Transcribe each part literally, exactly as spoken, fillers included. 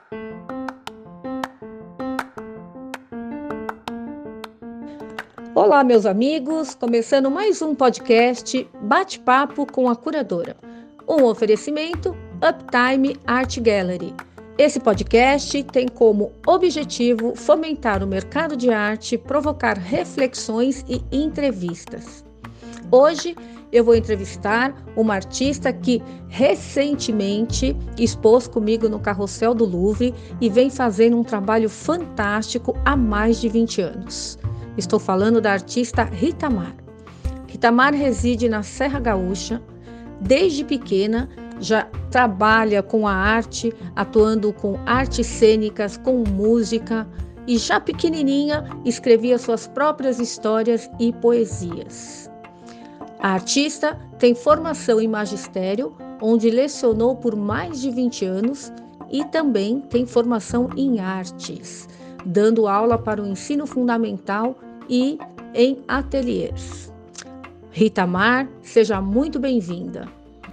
Olá, meus amigos, começando mais um podcast Bate-Papo com a Curadora, um oferecimento Uptime Art Gallery. Esse podcast tem como objetivo fomentar o mercado de arte, provocar reflexões e entrevistas. Hoje eu vou entrevistar uma artista que recentemente expôs comigo no Carrossel do Louvre e vem fazendo um trabalho fantástico há mais de vinte anos. Estou falando da artista Rita Mar. Rita Mar reside na Serra Gaúcha. Desde pequena já trabalha com a arte, atuando com artes cênicas, com música, e já pequenininha escrevia suas próprias histórias e poesias. A artista tem formação em magistério, onde lecionou por mais de vinte anos, e também tem formação em artes, dando aula para o ensino fundamental e em ateliês. Rita Mar, seja muito bem-vinda.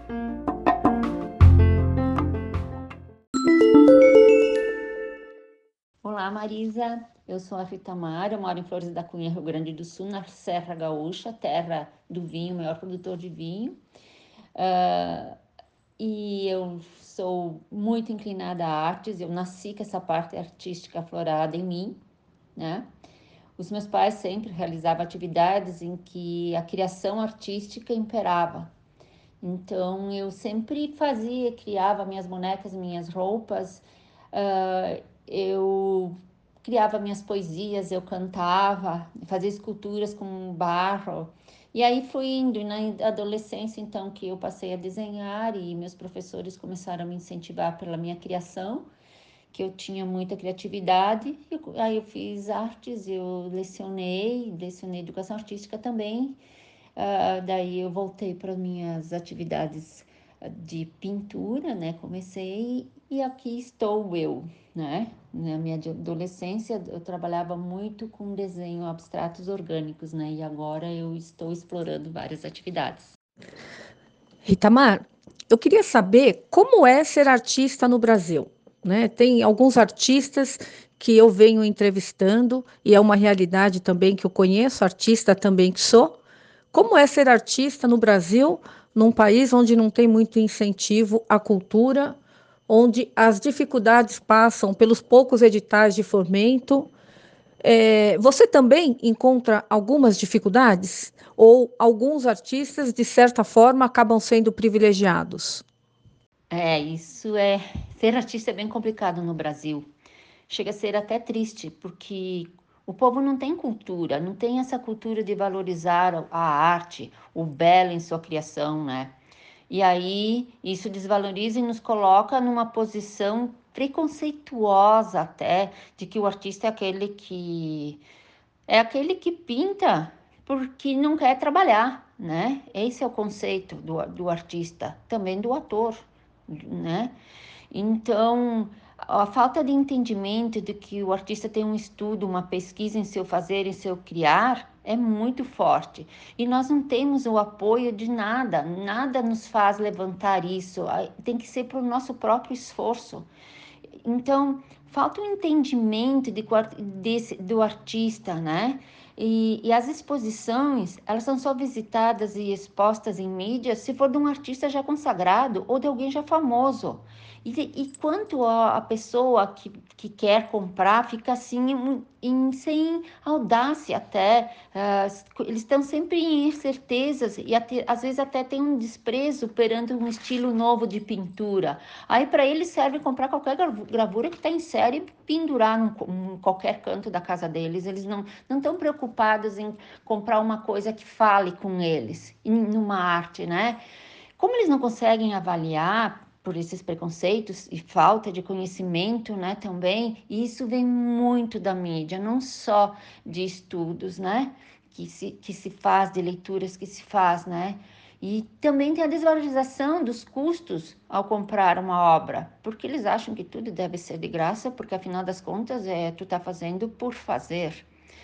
Olá, Marisa. Eu sou a Rita Mar, eu moro em Flores da Cunha, Rio Grande do Sul, na Serra Gaúcha, terra do vinho, maior produtor de vinho. Uh, e eu sou muito inclinada a artes, eu nasci com essa parte artística aflorada em mim, né? Os meus pais sempre realizavam atividades em que a criação artística imperava. Então, eu sempre fazia, criava minhas bonecas, minhas roupas, uh, eu criava minhas poesias, eu cantava, fazia esculturas com barro. E aí fui indo, e na adolescência, então, que eu passei a desenhar e meus professores começaram a me incentivar pela minha criação, que eu tinha muita criatividade. Eu, aí eu fiz artes, eu lecionei, lecionei educação artística também. Uh, daí eu voltei para minhas atividades de pintura, né? Comecei e aqui estou eu, né? Na minha adolescência eu trabalhava muito com desenho abstratos orgânicos, né? E agora eu estou explorando várias atividades. Rita Mar, eu queria saber como é ser artista no Brasil, né? Tem alguns artistas que eu venho entrevistando e é uma realidade também que eu conheço, artista também que sou. Como é ser artista no Brasil, num país onde não tem muito incentivo à cultura, onde as dificuldades passam pelos poucos editais de fomento? É, você também encontra algumas dificuldades? Ou alguns artistas, de certa forma, acabam sendo privilegiados? É, isso é... Ser artista é bem complicado no Brasil. Chega a ser até triste, porque o povo não tem cultura, não tem essa cultura de valorizar a arte, o belo em sua criação, né? E aí isso desvaloriza e nos coloca numa posição preconceituosa até, de que o artista é aquele que é aquele que pinta porque não quer trabalhar, né? Esse é o conceito do, do artista, também do ator, né? Então, a falta de entendimento de que o artista tem um estudo, uma pesquisa em seu fazer, em seu criar, é muito forte. E nós não temos o apoio de nada, nada nos faz levantar isso, tem que ser para o nosso próprio esforço. Então, falta um entendimento de, desse, do artista, né? E, e as exposições, elas são só visitadas e expostas em mídia se for de um artista já consagrado ou de alguém já famoso. E, e quanto a, a pessoa que, que quer comprar fica assim, em, em, sem audácia até, uh, eles estão sempre em incertezas e até, às vezes até tem um desprezo perante um estilo novo de pintura. Aí para eles serve comprar qualquer gravura que está em série e pendurar num, em qualquer canto da casa deles. Eles não não estão preocupados em comprar uma coisa que fale com eles, em numa arte, né? Como eles não conseguem avaliar por esses preconceitos e falta de conhecimento, né, também, e isso vem muito da mídia, não só de estudos, né, que se, que se faz, de leituras que se faz, né, e também tem a desvalorização dos custos ao comprar uma obra, porque eles acham que tudo deve ser de graça, porque afinal das contas é tu tá fazendo por fazer.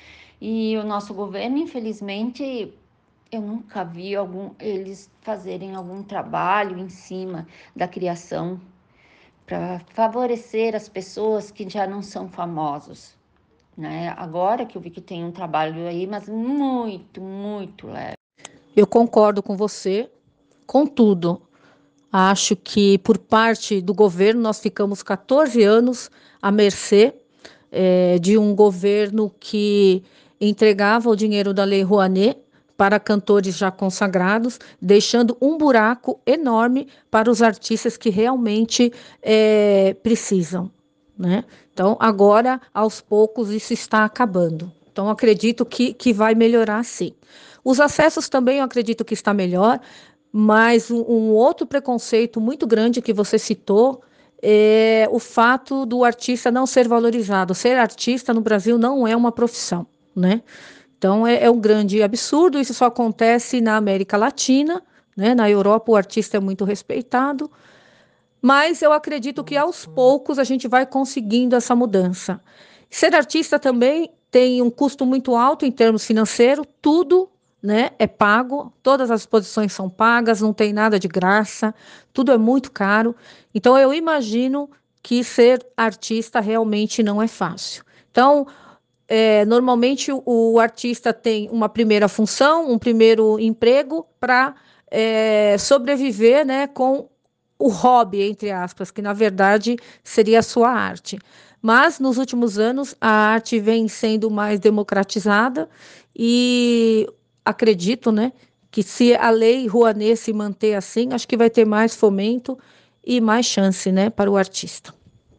E o nosso governo, infelizmente, eu nunca vi algum, eles fazerem algum trabalho em cima da criação, para favorecer as pessoas que já não são famosos, né? Agora que eu vi que tem um trabalho aí, mas muito, muito leve. Eu concordo com você, contudo, acho que por parte do governo nós ficamos quatorze anos à mercê eh, de um governo que entregava o dinheiro da Lei Rouanet para cantores já consagrados, deixando um buraco enorme para os artistas que realmente eh, precisam, né? Então, agora, aos poucos, isso está acabando. Então, acredito que, que vai melhorar, sim. Os acessos também, eu acredito que está melhor, mas um, um outro preconceito muito grande que você citou é o fato do artista não ser valorizado. Ser artista no Brasil não é uma profissão, né? Então é, é um grande absurdo. Isso só acontece na América Latina, né? Na Europa o artista é muito respeitado, mas eu acredito que aos poucos a gente vai conseguindo essa mudança. Ser artista também tem um custo muito alto em termos financeiros, tudo, né, é pago, todas as exposições são pagas, não tem nada de graça, tudo é muito caro. Então eu imagino que ser artista realmente não é fácil. Então, é, normalmente o, o artista tem uma primeira função, um primeiro emprego para é, sobreviver, né, com o hobby, entre aspas, que na verdade seria a sua arte. Mas nos últimos anos a arte vem sendo mais democratizada e acredito, né, que se a lei Rouanet se manter assim, acho que vai ter mais fomento e mais chance, né, para o artista.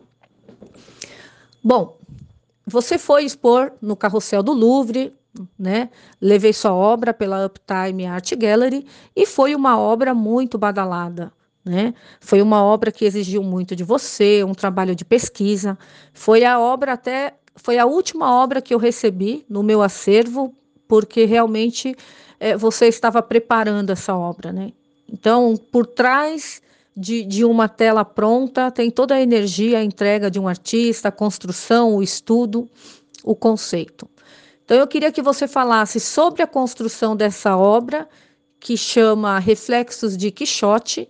Bom, você foi expor no Carrossel do Louvre, né? Levei sua obra pela Uptime Art Gallery e foi uma obra muito badalada, né? Foi uma obra que exigiu muito de você, um trabalho de pesquisa. Foi a obra até, foi a última obra que eu recebi no meu acervo, porque realmente eh, você estava preparando essa obra, né? Então, por trás de, de uma tela pronta, tem toda a energia, a entrega de um artista, a construção, o estudo, o conceito. Então, eu queria que você falasse sobre a construção dessa obra, que chama Reflexos de Quixote,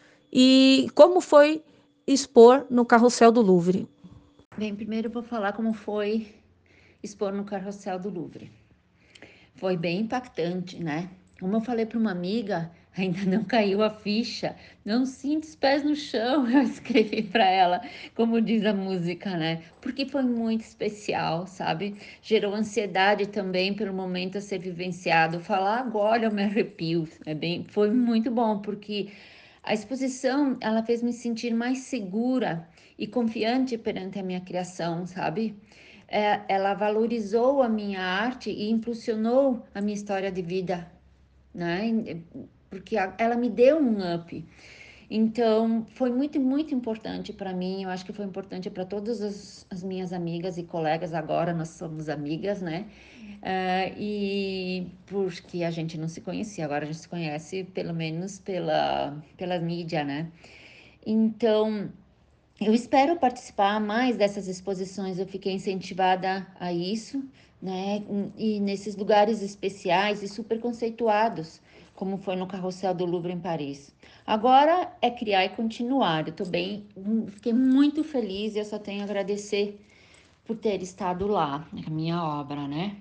e como foi expor no Carrossel do Louvre. Bem, primeiro eu vou falar como foi expor no Carrossel do Louvre. Foi bem impactante, né? Como eu falei para uma amiga, ainda não caiu a ficha, não sinta os pés no chão, eu escrevi para ela, como diz a música, né? Porque foi muito especial, sabe? Gerou ansiedade também pelo momento a ser vivenciado. Falar agora eu me arrepio, é bem, foi muito bom, porque a exposição, ela fez me sentir mais segura e confiante perante a minha criação, sabe? É, ela valorizou a minha arte e impulsionou a minha história de vida, né? Porque a, ela me deu um up. Então, foi muito, muito importante para mim. Eu acho que foi importante para todas as, as, minhas amigas e colegas. Agora nós somos amigas, né? Uh, e porque a gente não se conhecia, agora a gente se conhece pelo menos pela, pela mídia, né? Então, eu espero participar mais dessas exposições, eu fiquei incentivada a isso, né? E nesses lugares especiais e super conceituados, como foi no Carrossel do Louvre em Paris. Agora é criar e continuar. Eu tô bem, fiquei muito feliz e eu só tenho a agradecer por ter estado lá, na minha obra, né?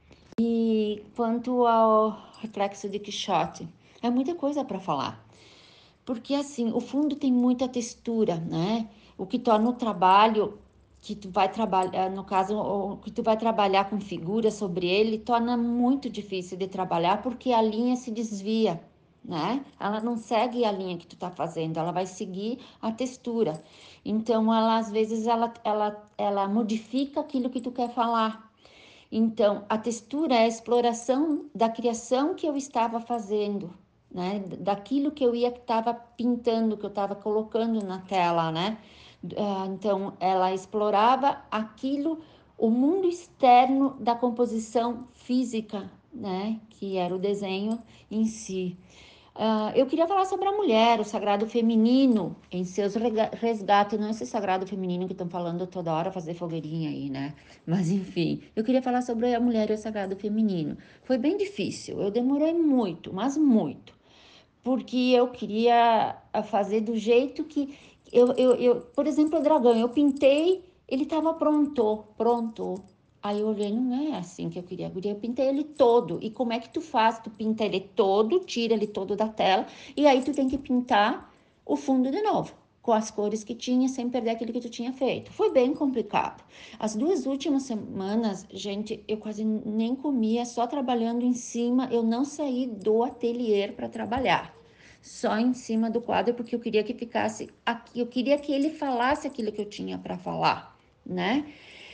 E quanto ao Reflexo de Quixote, é muita coisa para falar. Porque assim, o fundo tem muita textura, né? O que torna o trabalho que tu vai trabalhar, no caso, o que tu vai trabalhar com figura sobre ele, torna muito difícil de trabalhar porque a linha se desvia, né? Ela não segue a linha que tu tá fazendo, ela vai seguir a textura. Então, ela às vezes ela ela ela modifica aquilo que tu quer falar. Então, a textura é a exploração da criação que eu estava fazendo, né? Daquilo que eu ia estava pintando, que eu estava colocando na tela, né? Então, ela explorava aquilo, o mundo externo da composição física, né? Que era o desenho em si. Uh, eu queria falar sobre a mulher, o sagrado feminino em seus resgates, não esse sagrado feminino que estão falando toda hora, fazer fogueirinha aí, né? Mas enfim, eu queria falar sobre a mulher e o sagrado feminino. Foi bem difícil, eu demorei muito, mas muito, porque eu queria fazer do jeito que, Eu, eu, eu, por exemplo, o dragão, eu pintei, ele estava pronto, pronto. Aí eu olhei, não é assim que eu queria, eu queria, eu pintei ele todo. E como é que tu faz? Tu pinta ele todo, tira ele todo da tela, e aí tu tem que pintar o fundo de novo, com as cores que tinha, sem perder aquilo que tu tinha feito. Foi bem complicado. As duas últimas semanas, gente, eu quase nem comia, só trabalhando em cima, eu não saí do ateliê para trabalhar. Só em cima do quadro, porque eu queria que ficasse aqui, eu queria que ele falasse aquilo que eu tinha para falar, né?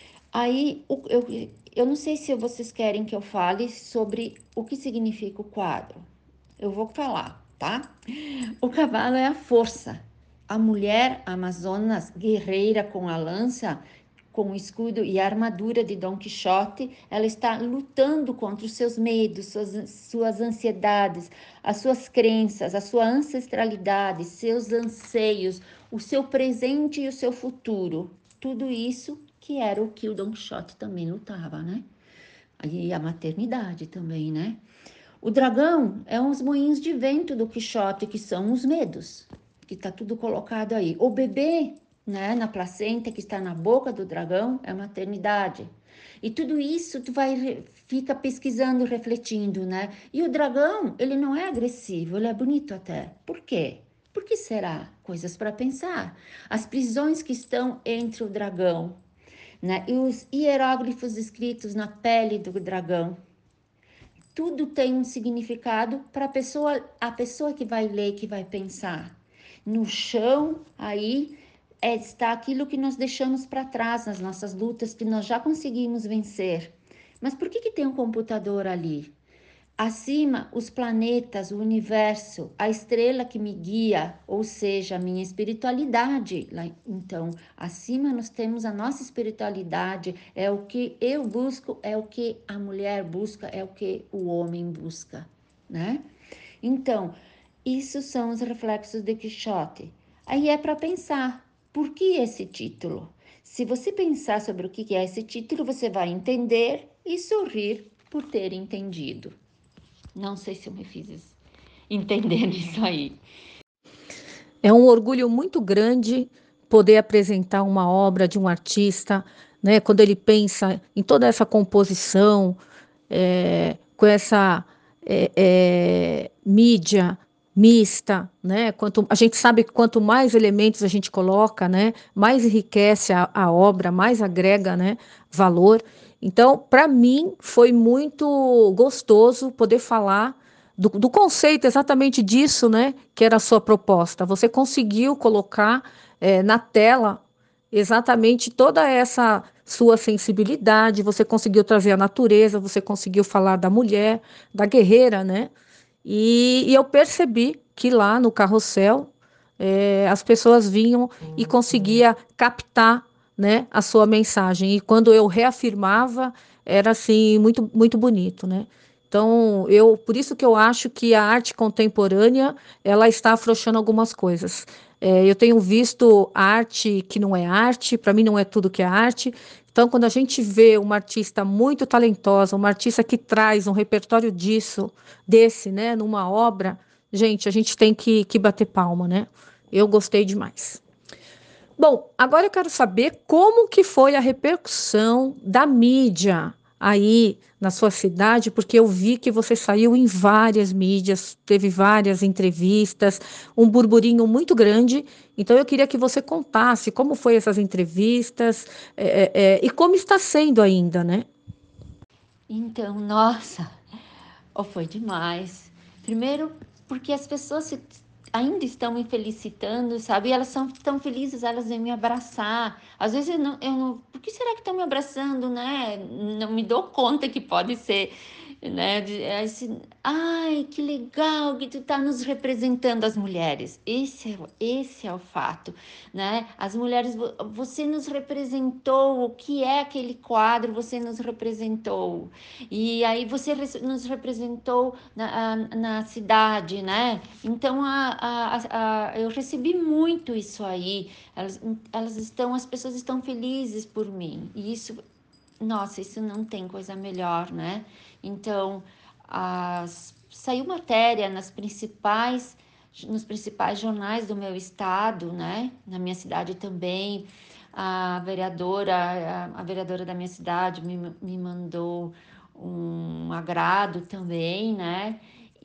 Aí, eu, eu não sei se vocês querem que eu fale sobre o que significa o quadro. Eu vou falar, tá? O cavalo é a força. A mulher amazonas, guerreira com a lança, com o escudo e a armadura de Dom Quixote, ela está lutando contra os seus medos, suas, suas ansiedades, as suas crenças, a sua ancestralidade, seus anseios, o seu presente e o seu futuro. Tudo isso que era o que o Dom Quixote também lutava, né? E a maternidade também, né? O dragão é uns moinhos de vento do Quixote, que são os medos, que está tudo colocado aí. O bebê, né, na placenta que está na boca do dragão é a maternidade. E tudo isso tu vai fica pesquisando, refletindo, né? E o dragão, ele não é agressivo, ele é bonito até. Por quê? Por que será? Coisas para pensar. As prisões que estão entre o dragão, né? E os hieróglifos escritos na pele do dragão. Tudo tem um significado para a pessoa, a pessoa que vai ler, que vai pensar. No chão, aí é, está aquilo que nós deixamos para trás nas nossas lutas, que nós já conseguimos vencer. Mas por que, que tem um computador ali? Acima, os planetas, o universo, a estrela que me guia, ou seja, a minha espiritualidade. Então, acima nós temos a nossa espiritualidade, é o que eu busco, é o que a mulher busca, é o que o homem busca, né? Então, isso são os reflexos de Quixote. Aí é para pensar, por que esse título? Se você pensar sobre o que é esse título, você vai entender e sorrir por ter entendido. Não sei se eu me fiz entender isso aí. É um orgulho muito grande poder apresentar uma obra de um artista, né? Quando ele pensa em toda essa composição, é, com essa é, é, mídia mista, né? Quanto, a gente sabe que quanto mais elementos a gente coloca, né? Mais enriquece a, a obra, mais agrega, né? Valor. Então, para mim, foi muito gostoso poder falar do, do conceito exatamente disso, né? Que era a sua proposta. Você conseguiu colocar é, na tela exatamente toda essa sua sensibilidade, você conseguiu trazer a natureza, você conseguiu falar da mulher, da guerreira, né? E, e eu percebi que lá no carrossel é, as pessoas vinham e conseguia captar, né, a sua mensagem. E quando eu reafirmava, era assim muito muito bonito, né? Então, eu, por isso que eu acho que a arte contemporânea, ela está afrouxando algumas coisas. É, eu tenho visto arte que não é arte, para mim não é tudo que é arte. Então, quando a gente vê uma artista muito talentosa, uma artista que traz um repertório disso, desse, né, numa obra, gente, a gente tem que, que bater palma, né? Eu gostei demais. Bom, agora eu quero saber como que foi a repercussão da mídia aí na sua cidade, porque eu vi que você saiu em várias mídias, teve várias entrevistas, um burburinho muito grande. Então eu queria que você contasse como foi essas entrevistas, é, é, e como está sendo ainda, né? Então, nossa, oh, foi demais. Primeiro, porque as pessoas se- ainda estão me felicitando, sabe? E elas são tão felizes, elas vêm me abraçar. Às vezes eu não, eu não, por que será que estão me abraçando, né? Não me dou conta que pode ser, né? de- é esse- Ai, que legal que tu tá nos representando as mulheres. Esse é, o- esse é o fato, né? As mulheres, vo- você nos representou, o que é aquele quadro, você nos representou. E aí você nos representou na, na cidade, né? Então a, a, a, eu recebi muito isso aí. Elas, elas estão, as pessoas estão felizes por mim. E isso, nossa, isso não tem coisa melhor, né? Então, as, saiu matéria nas principais nos principais jornais do meu estado, né? Na minha cidade também. A vereadora, a, a vereadora da minha cidade me, me mandou um agrado também, né?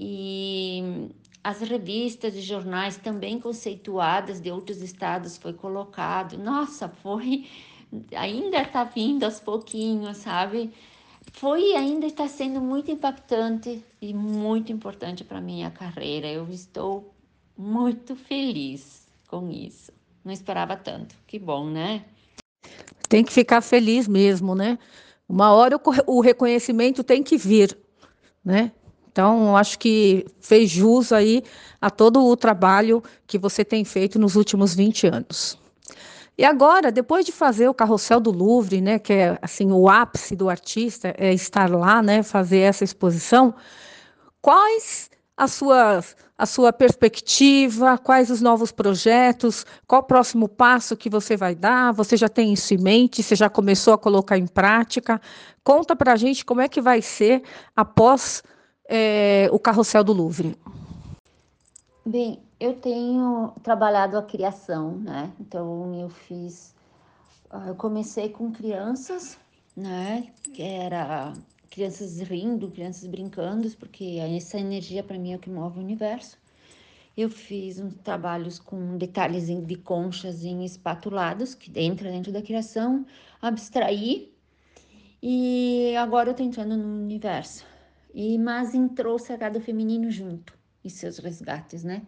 E as revistas e jornais também conceituadas de outros estados foi colocado. Nossa, foi, ainda está vindo aos pouquinhos, sabe? Foi e ainda está sendo muito impactante e muito importante para minha carreira. Eu estou muito feliz com isso. Não esperava tanto. Que bom, né? Tem que ficar feliz mesmo, né? Uma hora o, corre- o reconhecimento tem que vir, né? Então, eu acho que fez jus aí a todo o trabalho que você tem feito nos últimos vinte anos. E agora, depois de fazer o Carrossel do Louvre, né, que é assim o ápice do artista, é estar lá, né, fazer essa exposição, quais a sua, a sua perspectiva, quais os novos projetos, qual o próximo passo que você vai dar? Você já tem isso em mente? Você já começou a colocar em prática? Conta para a gente como é que vai ser após é, o Carrossel do Louvre. Bem, eu tenho trabalhado a criação, né? Então, eu fiz. Eu comecei com crianças, né? Que era crianças rindo, crianças brincando, porque essa energia para mim é o que move o universo. Eu fiz uns trabalhos com detalhes de conchas em espatulados, que entra dentro da criação, abstraí, e agora eu tô entrando no universo. E, mas entrou o sagrado feminino junto, e seus resgates, né?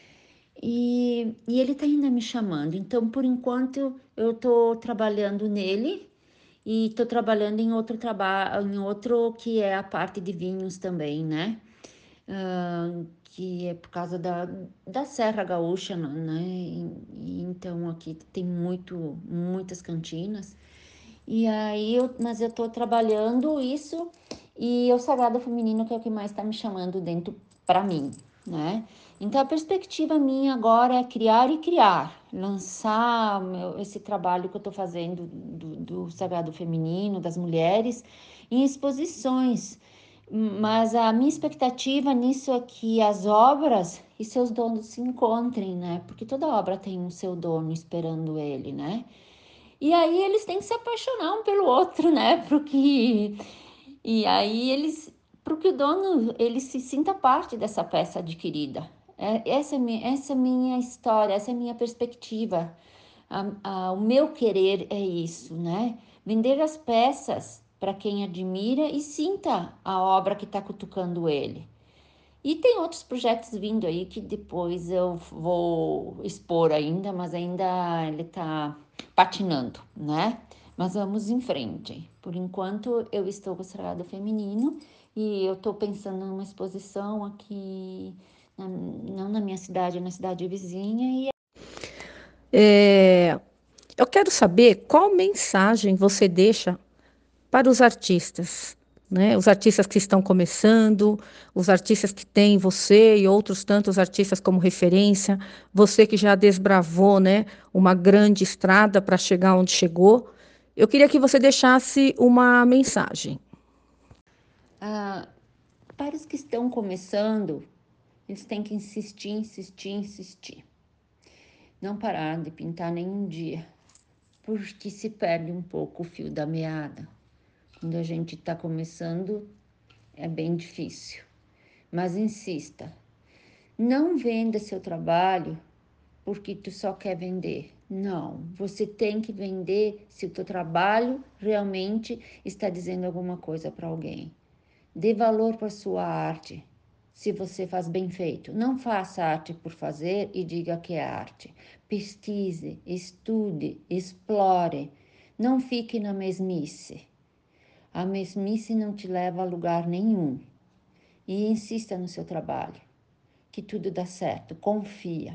E, e ele tá ainda me chamando, então por enquanto eu tô trabalhando nele e tô trabalhando em outro trabalho, em outro que é a parte de vinhos também, né? Uh, que é por causa da, da Serra Gaúcha, né? E, e então aqui tem muito, muitas cantinas. E aí eu, mas eu tô trabalhando isso e o sagrado feminino que é o que mais está me chamando dentro para mim, né? Então a perspectiva minha agora é criar e criar, lançar meu, esse trabalho que eu tô fazendo do, do sagrado feminino, das mulheres, em exposições. Mas a minha expectativa nisso é que as obras e seus donos se encontrem, né? Porque toda obra tem um seu dono esperando ele, né? E aí eles têm que se apaixonar um pelo outro, né? Porque e aí eles, para que o dono ele se sinta parte dessa peça adquirida. É, essa é minha, essa é minha história, essa é minha perspectiva. A, a, o meu querer é isso, né? Vender as peças para quem admira e sinta a obra que está cutucando ele. E tem outros projetos vindo aí que depois eu vou expor ainda, mas ainda ele está patinando, né? Mas vamos em frente. Por enquanto eu estou com o Sagrado Feminino e eu estou pensando numa exposição aqui, na, não na minha cidade, na cidade vizinha. E... É, eu quero saber qual mensagem você deixa para os artistas, né? Os artistas que estão começando, os artistas que têm você e outros tantos artistas como referência, você que já desbravou, né, uma grande estrada para chegar onde chegou. Eu queria que você deixasse uma mensagem. Ah, para os que estão começando, eles têm que insistir, insistir, insistir. Não parar de pintar nenhum dia, porque se perde um pouco o fio da meada. Quando a gente está começando, é bem difícil. Mas insista. Não venda seu trabalho porque tu só quer vender. Não, você tem que vender se o teu trabalho realmente está dizendo alguma coisa para alguém. Dê valor para sua arte. Se você faz bem feito, não faça arte por fazer e diga que é arte. Pesquise, estude, explore. Não fique na mesmice. A mesmice não te leva a lugar nenhum. E insista no seu trabalho, que tudo dá certo, confia.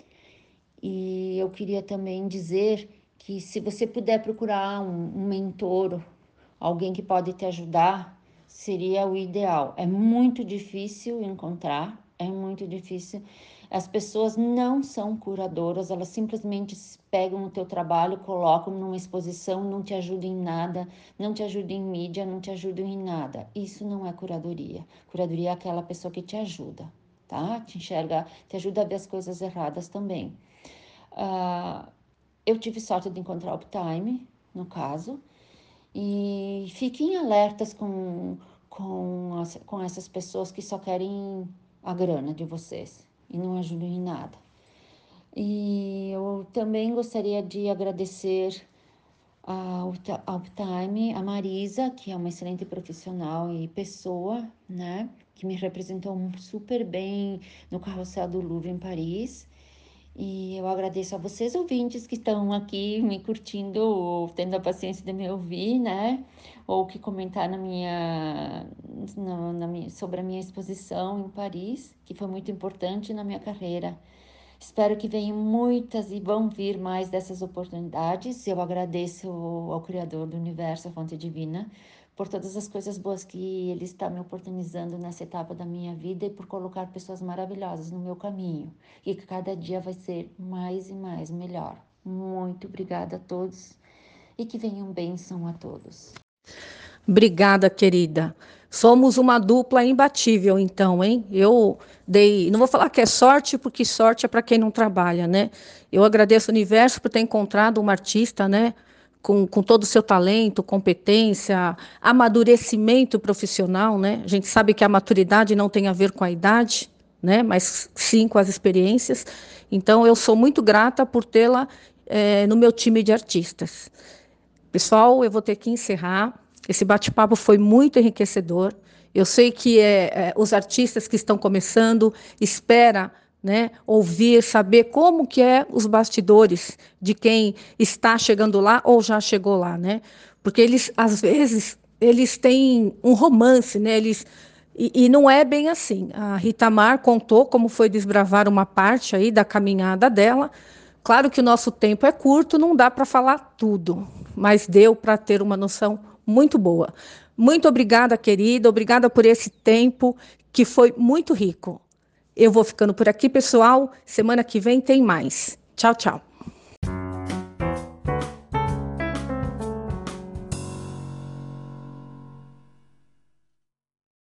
E eu queria também dizer que se você puder procurar um, um mentor, alguém que pode te ajudar, seria o ideal. É muito difícil encontrar, é muito difícil. As pessoas não são curadoras, elas simplesmente pegam o teu trabalho, colocam numa exposição, não te ajudam em nada, não te ajudam em mídia, não te ajudam em nada. Isso não é curadoria. Curadoria é aquela pessoa que te ajuda, tá? Te enxerga, te ajuda a ver as coisas erradas também. Uh, eu tive sorte de encontrar o Uptime, no caso, e fiquem alertas com, com, as, com essas pessoas que só querem a grana de vocês e não ajudam em nada. E eu também gostaria de agradecer ao Uptime, a Marisa, que é uma excelente profissional e pessoa, né, que me representou super bem no Carrossel do Louvre em Paris. E eu agradeço a vocês, ouvintes, que estão aqui me curtindo, ou tendo a paciência de me ouvir, né, ou que comentaram na minha, na, na minha, sobre a minha exposição em Paris, que foi muito importante na minha carreira. Espero que venham muitas e vão vir mais dessas oportunidades. Eu agradeço ao, ao Criador do Universo, a Fonte Divina, por todas as coisas boas que Ele está me oportunizando nessa etapa da minha vida e por colocar pessoas maravilhosas no meu caminho. E que cada dia vai ser mais e mais melhor. Muito obrigada a todos e que venham bênção a todos. Obrigada, querida. Somos uma dupla imbatível, então, hein? Eu dei, não vou falar que é sorte, porque sorte é para quem não trabalha, né? Eu agradeço o universo por ter encontrado uma artista, né? Com, com todo o seu talento, competência, amadurecimento profissional, né? A gente sabe que a maturidade não tem a ver com a idade, né? Mas sim com as experiências. Então, eu sou muito grata por tê-la é, no meu time de artistas. Pessoal, eu vou ter que encerrar. Esse bate-papo foi muito enriquecedor. Eu sei que é, é, os artistas que estão começando espera, né, ouvir, saber como que é os bastidores de quem está chegando lá ou já chegou lá, né? Porque eles, às vezes, eles têm um romance, né? Eles e, e não é bem assim. A Rita Mar contou como foi desbravar uma parte aí da caminhada dela. Claro que o nosso tempo é curto, não dá para falar tudo, mas deu para ter uma noção muito boa. Muito obrigada, querida, obrigada por esse tempo que foi muito rico. Eu vou ficando por aqui, pessoal. Semana que vem tem mais. Tchau, tchau.